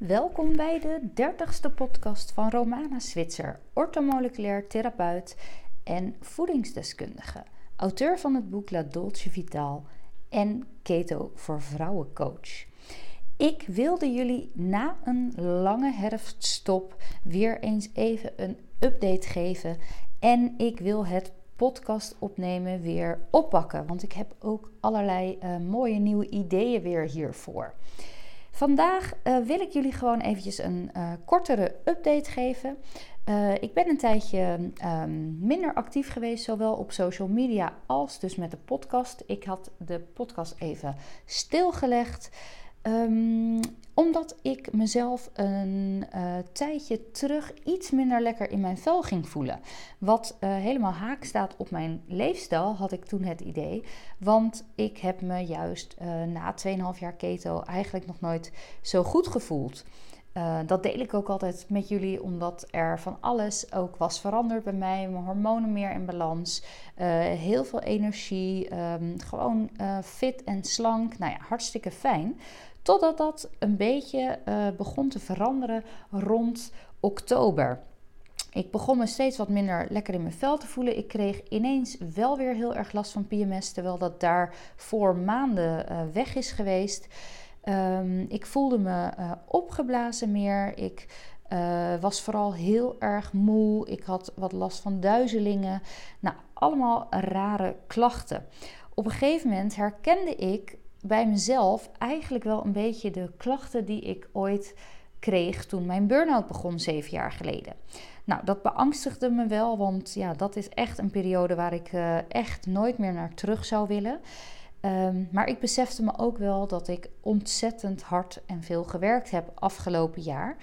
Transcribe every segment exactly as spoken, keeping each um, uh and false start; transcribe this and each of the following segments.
Welkom bij de dertigste podcast van Romana Switzer, orthomoleculair therapeut en voedingsdeskundige, auteur van het boek La Dolce Vitaal en Keto voor Vrouwen coach. Ik wilde jullie na een lange herfststop weer eens even een update geven en ik wil het podcast opnemen weer oppakken, want ik heb ook allerlei uh, mooie nieuwe ideeën weer hiervoor. Vandaag uh, wil ik jullie gewoon eventjes een uh, kortere update geven. Uh, ik ben een tijdje um, minder actief geweest, zowel op social media als dus met de podcast. Ik had de podcast even stilgelegd, um, omdat ik mezelf een uh, tijdje terug iets minder lekker in mijn vel ging voelen. Wat uh, helemaal haak staat op mijn leefstijl, had ik toen het idee. Want ik heb me juist uh, na twee komma vijf jaar keto eigenlijk nog nooit zo goed gevoeld. Uh, dat deel ik ook altijd met jullie, omdat er van alles ook was veranderd bij mij. Mijn hormonen meer in balans, uh, heel veel energie, um, gewoon uh, fit en slank. Nou ja, hartstikke fijn. Totdat dat een beetje uh, begon te veranderen rond oktober. Ik begon me steeds wat minder lekker in mijn vel te voelen. Ik kreeg ineens wel weer heel erg last van P M S, terwijl dat daar voor maanden uh, weg is geweest. Um, ik voelde me uh, opgeblazen meer. Ik uh, was vooral heel erg moe. Ik had wat last van duizelingen. Nou, allemaal rare klachten. Op een gegeven moment herkende ik bij mezelf eigenlijk wel een beetje de klachten die ik ooit kreeg toen mijn burn-out begon, zeven jaar geleden. Nou, dat beangstigde me wel, want ja, dat is echt een periode waar ik uh, echt nooit meer naar terug zou willen. Um, maar ik besefte me ook wel dat ik ontzettend hard en veel gewerkt heb afgelopen jaar.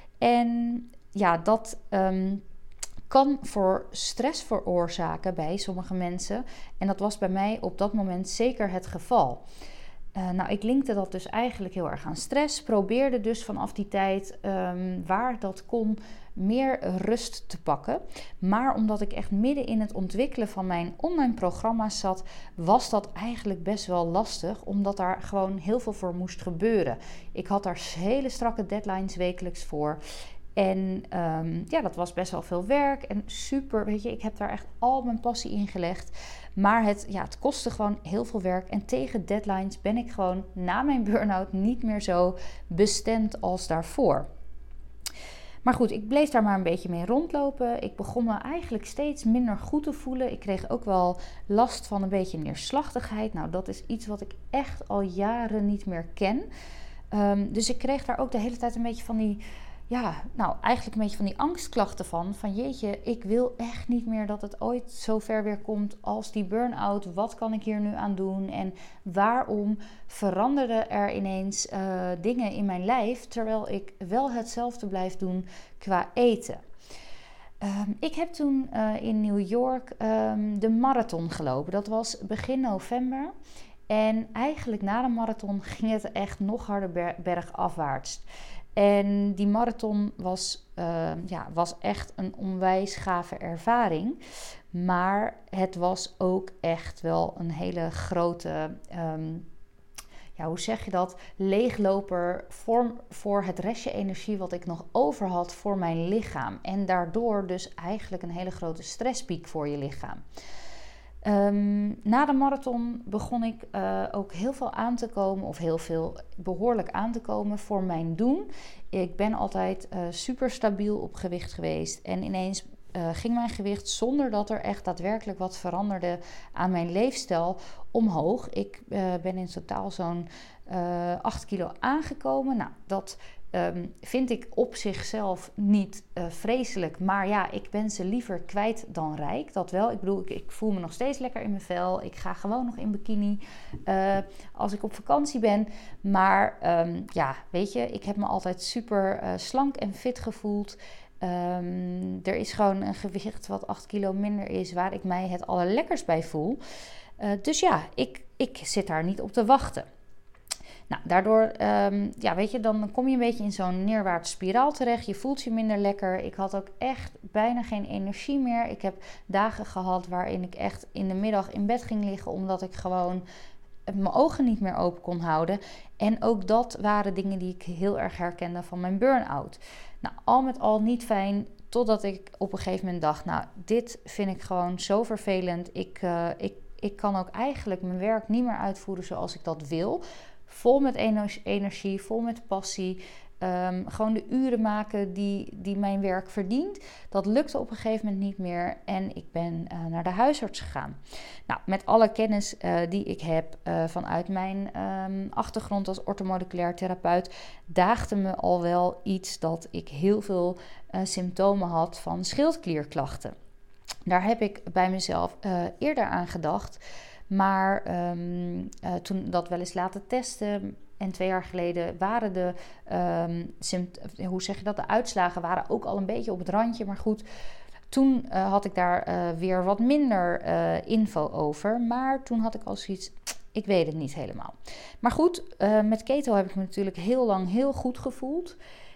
En ja, dat um, kan voor stress veroorzaken bij sommige mensen. En dat was bij mij op dat moment zeker het geval. Uh, nou, ik linkte dat dus eigenlijk heel erg aan stress. Probeerde dus vanaf die tijd, um, waar dat kon, meer rust te pakken. Maar omdat ik echt midden in het ontwikkelen van mijn online programma's zat, was dat eigenlijk best wel lastig, omdat daar gewoon heel veel voor moest gebeuren. Ik had daar hele strakke deadlines wekelijks voor. En um, ja, dat was best wel veel werk en super, weet je, ik heb daar echt al mijn passie in gelegd. Maar het, ja, het kostte gewoon heel veel werk en tegen deadlines ben ik gewoon na mijn burn-out niet meer zo bestand als daarvoor. Maar goed, ik bleef daar maar een beetje mee rondlopen. Ik begon me eigenlijk steeds minder goed te voelen. Ik kreeg ook wel last van een beetje neerslachtigheid. Nou, dat is iets wat ik echt al jaren niet meer ken. Um, dus ik kreeg daar ook de hele tijd een beetje van die... Ja, nou eigenlijk een beetje van die angstklachten van. Van jeetje, ik wil echt niet meer dat het ooit zo ver weer komt als die burn-out. Wat kan ik hier nu aan doen? En waarom veranderden er ineens uh, dingen in mijn lijf, terwijl ik wel hetzelfde blijf doen qua eten? Um, ik heb toen uh, in New York um, de marathon gelopen. Dat was begin november. En eigenlijk na de marathon ging het echt nog harder ber- bergafwaarts. En die marathon was, uh, ja, was echt een onwijs gave ervaring. Maar het was ook echt wel een hele grote, um, ja, hoe zeg je dat, leegloper voor, voor het restje energie wat ik nog over had voor mijn lichaam. En daardoor dus eigenlijk een hele grote stresspiek voor je lichaam. Um, na de marathon begon ik uh, ook heel veel aan te komen, of heel veel behoorlijk aan te komen voor mijn doen. Ik ben altijd uh, super stabiel op gewicht geweest en ineens uh, ging mijn gewicht, zonder dat er echt daadwerkelijk wat veranderde aan mijn leefstijl, omhoog. Ik uh, ben in totaal zo'n uh, acht kilo aangekomen. Nou, dat Um, vind ik op zichzelf niet uh, vreselijk. Maar ja, ik ben ze liever kwijt dan rijk. Dat wel. Ik bedoel, ik, ik voel me nog steeds lekker in mijn vel. Ik ga gewoon nog in bikini uh, als ik op vakantie ben. Maar um, ja, weet je, ik heb me altijd super uh, slank en fit gevoeld. Um, er is gewoon een gewicht wat acht kilo minder is, waar ik mij het allerlekkers bij voel. Uh, dus ja, ik, ik zit daar niet op te wachten. Nou, daardoor, um, ja, weet je, dan kom je een beetje in zo'n neerwaartse spiraal terecht. Je voelt je minder lekker. Ik had ook echt bijna geen energie meer. Ik heb dagen gehad waarin ik echt in de middag in bed ging liggen, omdat ik gewoon mijn ogen niet meer open kon houden. En ook dat waren dingen die ik heel erg herkende van mijn burn-out. Nou, al met al niet fijn, totdat ik op een gegeven moment dacht, nou, dit vind ik gewoon zo vervelend. Ik, uh, ik, ik kan ook eigenlijk mijn werk niet meer uitvoeren zoals ik dat wil. Vol met energie, vol met passie. Um, gewoon de uren maken die, die mijn werk verdient. Dat lukte op een gegeven moment niet meer. En ik ben uh, naar de huisarts gegaan. Nou, met alle kennis uh, die ik heb uh, vanuit mijn um, achtergrond als orthomoleculair therapeut, daagde me al wel iets dat ik heel veel uh, symptomen had van schildklierklachten. Daar heb ik bij mezelf uh, eerder aan gedacht. Maar um, uh, toen dat wel eens laten testen. En twee jaar geleden waren de, um, sympt- hoe zeg je dat, de uitslagen waren ook al een beetje op het randje. Maar goed, toen uh, had ik daar uh, weer wat minder uh, info over. Maar toen had ik al zoiets, ik weet het niet helemaal. Maar goed, uh, met keto heb ik me natuurlijk heel lang heel goed gevoeld.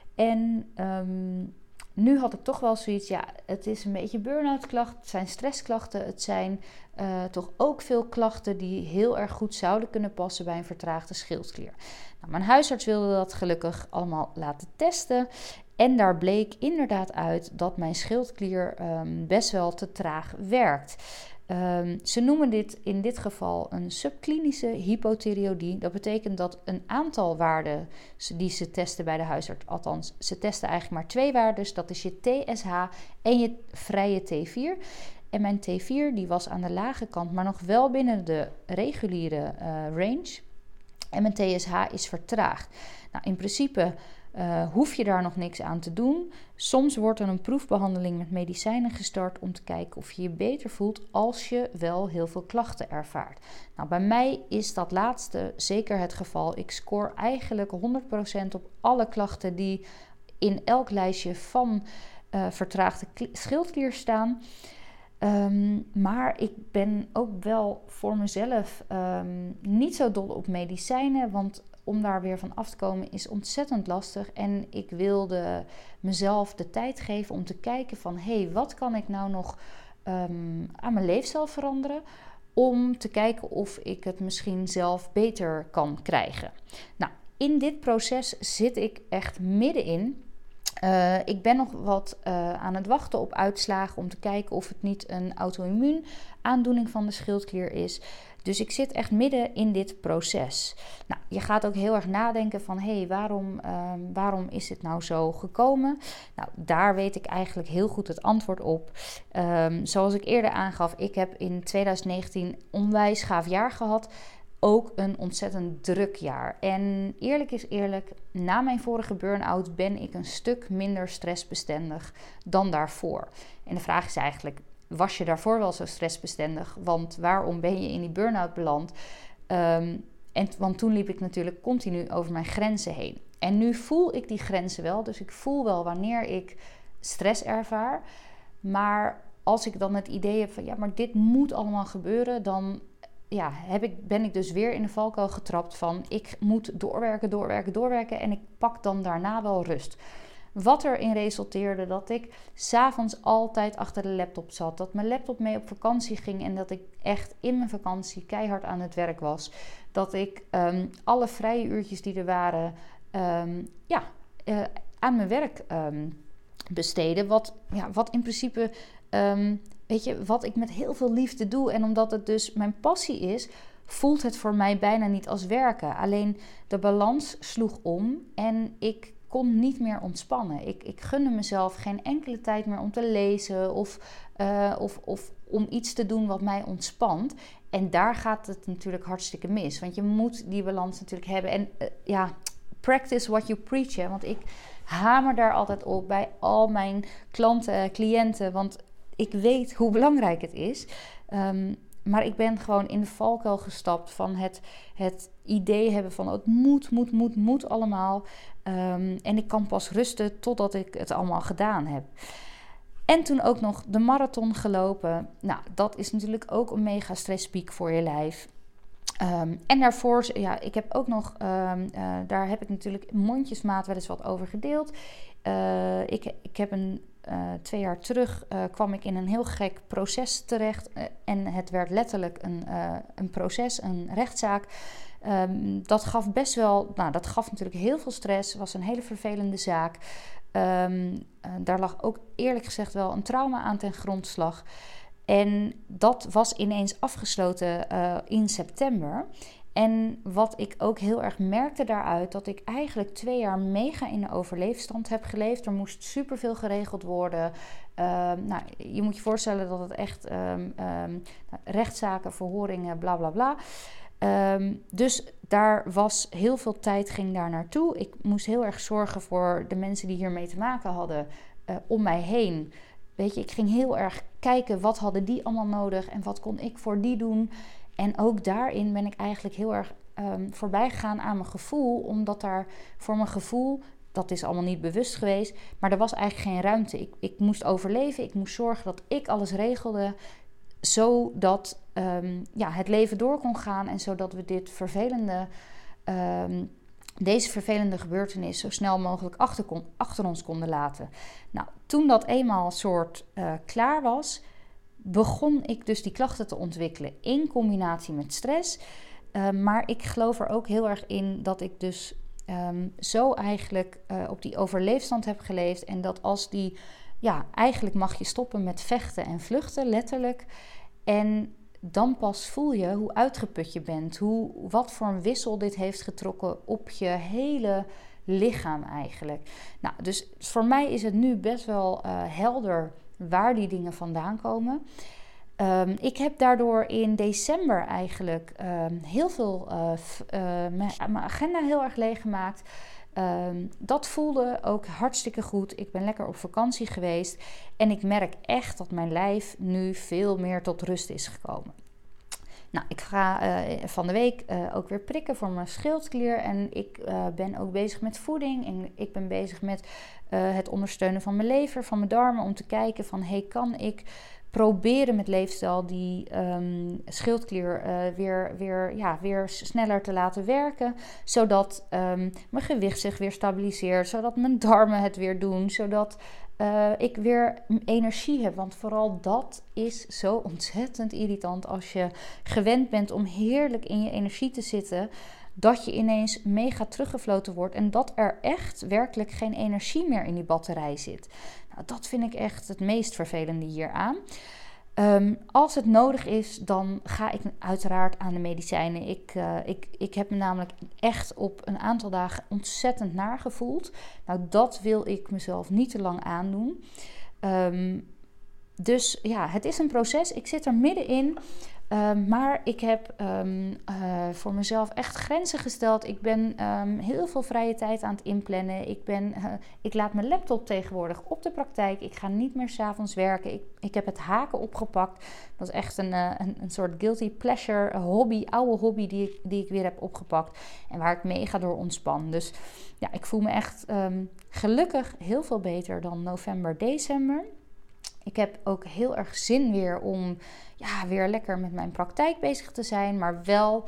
En um, nu had ik toch wel zoiets, ja, het is een beetje burn-out klachten, het zijn stressklachten, het zijn uh, toch ook veel klachten die heel erg goed zouden kunnen passen bij een vertraagde schildklier. Nou, mijn huisarts wilde dat gelukkig allemaal laten testen en daar bleek inderdaad uit dat mijn schildklier um, best wel te traag werkt. Um, ze noemen dit in dit geval een subklinische hypothyreoïdie. Dat betekent dat een aantal waarden die ze testen bij de huisarts, althans ze testen eigenlijk maar twee waarden, dat is je T S H en je vrije T vier. En mijn T vier die was aan de lage kant, maar nog wel binnen de reguliere uh, range. En mijn T S H is vertraagd. Nou, in principe Uh, hoef je daar nog niks aan te doen. Soms wordt er een proefbehandeling met medicijnen gestart om te kijken of je je beter voelt als je wel heel veel klachten ervaart. Nou, bij mij is dat laatste zeker het geval. Ik score eigenlijk honderd procent op alle klachten die in elk lijstje van uh, vertraagde schildklier staan. Um, maar ik ben ook wel voor mezelf um, niet zo dol op medicijnen, want om daar weer van af te komen is ontzettend lastig. En ik wilde mezelf de tijd geven om te kijken van, hé, hey, wat kan ik nou nog um, aan mijn leefstijl veranderen? Om te kijken of ik het misschien zelf beter kan krijgen. Nou, in dit proces zit ik echt middenin. Uh, ik ben nog wat uh, aan het wachten op uitslagen om te kijken of het niet een auto-immuun aandoening van de schildklier is. Dus ik zit echt midden in dit proces. Nou, je gaat ook heel erg nadenken van, hé, hey, waarom, uh, waarom is dit nou zo gekomen? Nou, daar weet ik eigenlijk heel goed het antwoord op. Um, zoals ik eerder aangaf, ik heb in twintig negentien onwijs gaaf jaar gehad. Ook een ontzettend druk jaar. En eerlijk is eerlijk, na mijn vorige burn-out ben ik een stuk minder stressbestendig dan daarvoor. En de vraag is eigenlijk, was je daarvoor wel zo stressbestendig? Want waarom ben je in die burn-out beland? Um, en, want toen liep ik natuurlijk continu over mijn grenzen heen. En nu voel ik die grenzen wel. Dus ik voel wel wanneer ik stress ervaar. Maar als ik dan het idee heb van, ja, maar dit moet allemaal gebeuren, dan ja, heb ik, ben ik dus weer in de valkuil getrapt van, ik moet doorwerken, doorwerken, doorwerken en ik pak dan daarna wel rust. Wat erin resulteerde dat ik 's avonds altijd achter de laptop zat. Dat mijn laptop mee op vakantie ging en dat ik echt in mijn vakantie keihard aan het werk was. Dat ik um, alle vrije uurtjes die er waren, um, ja, uh, aan mijn werk um, besteedde. Wat, ja, wat in principe, um, weet je, wat ik met heel veel liefde doe. En omdat het dus mijn passie is, voelt het voor mij bijna niet als werken. Alleen de balans sloeg om en ik kon niet meer ontspannen. Ik, ik gunde mezelf geen enkele tijd meer om te lezen of, uh, of, of om iets te doen wat mij ontspant. En daar gaat het natuurlijk hartstikke mis. Want je moet die balans natuurlijk hebben. En uh, ja, practice what you preach. Hè? Want ik hamer daar altijd op bij al mijn klanten, cliënten. Want ik weet hoe belangrijk het is. Um, Maar ik ben gewoon in de valkuil gestapt van het, het idee hebben van het moet, moet, moet, moet allemaal. Um, en ik kan pas rusten totdat ik het allemaal gedaan heb. En toen ook nog de marathon gelopen. Nou, dat is natuurlijk ook een mega stresspiek voor je lijf. Um, en daarvoor, ja, ik heb ook nog, um, uh, daar heb ik natuurlijk mondjesmaat wel eens wat over gedeeld. Uh, ik, ik heb een uh, twee jaar terug uh, kwam ik in een heel gek proces terecht. Uh, en het werd letterlijk een, uh, een proces, een rechtszaak. Um, dat gaf best wel, nou dat gaf natuurlijk heel veel stress. Was een hele vervelende zaak. Um, uh, daar lag ook eerlijk gezegd wel een trauma aan ten grondslag. En dat was ineens afgesloten uh, in september. En wat ik ook heel erg merkte daaruit, dat ik eigenlijk twee jaar mega in de overleefstand heb geleefd. Er moest superveel geregeld worden. Uh, nou, je moet je voorstellen dat het echt um, um, rechtszaken, verhoringen, bla bla bla. Um, dus daar was heel veel tijd ging daar naartoe. Ik moest heel erg zorgen voor de mensen die hiermee te maken hadden uh, om mij heen. Weet je, ik ging heel erg kijken wat hadden die allemaal nodig en wat kon ik voor die doen. En ook daarin ben ik eigenlijk heel erg um, voorbij gegaan aan mijn gevoel. Omdat daar voor mijn gevoel, dat is allemaal niet bewust geweest, maar er was eigenlijk geen ruimte. Ik, ik moest overleven, ik moest zorgen dat ik alles regelde, zodat um, ja, het leven door kon gaan en zodat we dit vervelende, um, deze vervelende gebeurtenis zo snel mogelijk achter, kon, achter ons konden laten. Nou, toen dat eenmaal soort uh, klaar was, begon ik dus die klachten te ontwikkelen in combinatie met stress. Uh, maar ik geloof er ook heel erg in dat ik dus um, zo eigenlijk uh, op die overleefstand heb geleefd. En dat als die, ja, eigenlijk mag je stoppen met vechten en vluchten, letterlijk. En dan pas voel je hoe uitgeput je bent. Hoe, wat voor een wissel dit heeft getrokken op je hele lichaam eigenlijk. Nou, dus voor mij is het nu best wel uh, helder waar die dingen vandaan komen. Um, ik heb daardoor in december eigenlijk um, heel veel, uh, f- uh, mijn, mijn agenda heel erg leeggemaakt. Um, dat voelde ook hartstikke goed. Ik ben lekker op vakantie geweest. En ik merk echt dat mijn lijf nu veel meer tot rust is gekomen. Nou, ik ga uh, van de week uh, ook weer prikken voor mijn schildklier. En ik uh, ben ook bezig met voeding. En ik ben bezig met uh, het ondersteunen van mijn lever, van mijn darmen. Om te kijken van, hey, kan ik proberen met leefstijl die um, schildklier uh, weer, weer, ja, weer sneller te laten werken. Zodat um, mijn gewicht zich weer stabiliseert. Zodat mijn darmen het weer doen. Zodat uh, ik weer energie heb. Want vooral dat is zo ontzettend irritant als je gewend bent om heerlijk in je energie te zitten, dat je ineens mega teruggefloten wordt en dat er echt werkelijk geen energie meer in die batterij zit. Nou, dat vind ik echt het meest vervelende hieraan. Um, als het nodig is, dan ga ik uiteraard aan de medicijnen. Ik, uh, ik, ik heb me namelijk echt op een aantal dagen ontzettend naar gevoeld. Nou, dat wil ik mezelf niet te lang aandoen. Um, dus ja, het is een proces. Ik zit er middenin. Um, maar ik heb um, uh, voor mezelf echt grenzen gesteld. Ik ben um, heel veel vrije tijd aan het inplannen. Ik, ben, uh, ik laat mijn laptop tegenwoordig op de praktijk. Ik ga niet meer 's avonds werken. Ik, ik heb het haken opgepakt. Dat is echt een, uh, een, een soort guilty pleasure hobby, oude hobby die ik, die ik weer heb opgepakt. En waar ik mega door ontspan. Dus ja, ik voel me echt um, gelukkig heel veel beter dan november, december. Ik heb ook heel erg zin weer om ja, weer lekker met mijn praktijk bezig te zijn. Maar wel,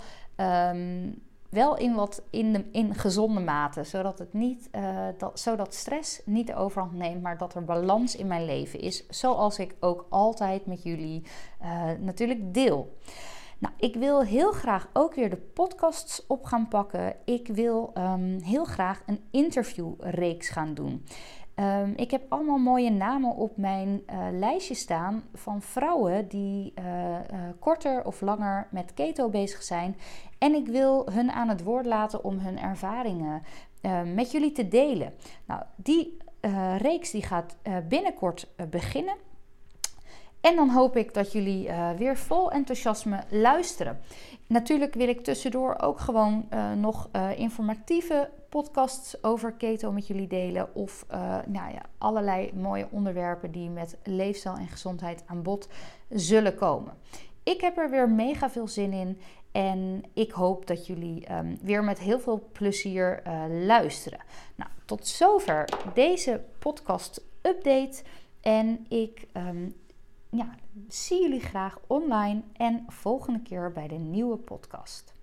um, wel in, wat, in, de, in gezonde mate. Zodat, het niet, uh, dat, zodat stress niet de overhand neemt. Maar dat er balans in mijn leven is. Zoals ik ook altijd met jullie uh, natuurlijk deel. Nou, ik wil heel graag ook weer de podcasts op gaan pakken. Ik wil um, heel graag een interviewreeks gaan doen. Um, ik heb allemaal mooie namen op mijn uh, lijstje staan van vrouwen die uh, uh, korter of langer met keto bezig zijn. En ik wil hun aan het woord laten om hun ervaringen uh, met jullie te delen. Nou, die uh, reeks die gaat uh, binnenkort uh, beginnen. En dan hoop ik dat jullie uh, weer vol enthousiasme luisteren. Natuurlijk wil ik tussendoor ook gewoon uh, nog uh, informatieve podcasts over keto met jullie delen. Of uh, nou ja, allerlei mooie onderwerpen die met leefstijl en gezondheid aan bod zullen komen. Ik heb er weer mega veel zin in. En ik hoop dat jullie um, weer met heel veel plezier uh, luisteren. Nou, tot zover deze podcast update. En ik um, ja, zie jullie graag online en volgende keer bij de nieuwe podcast.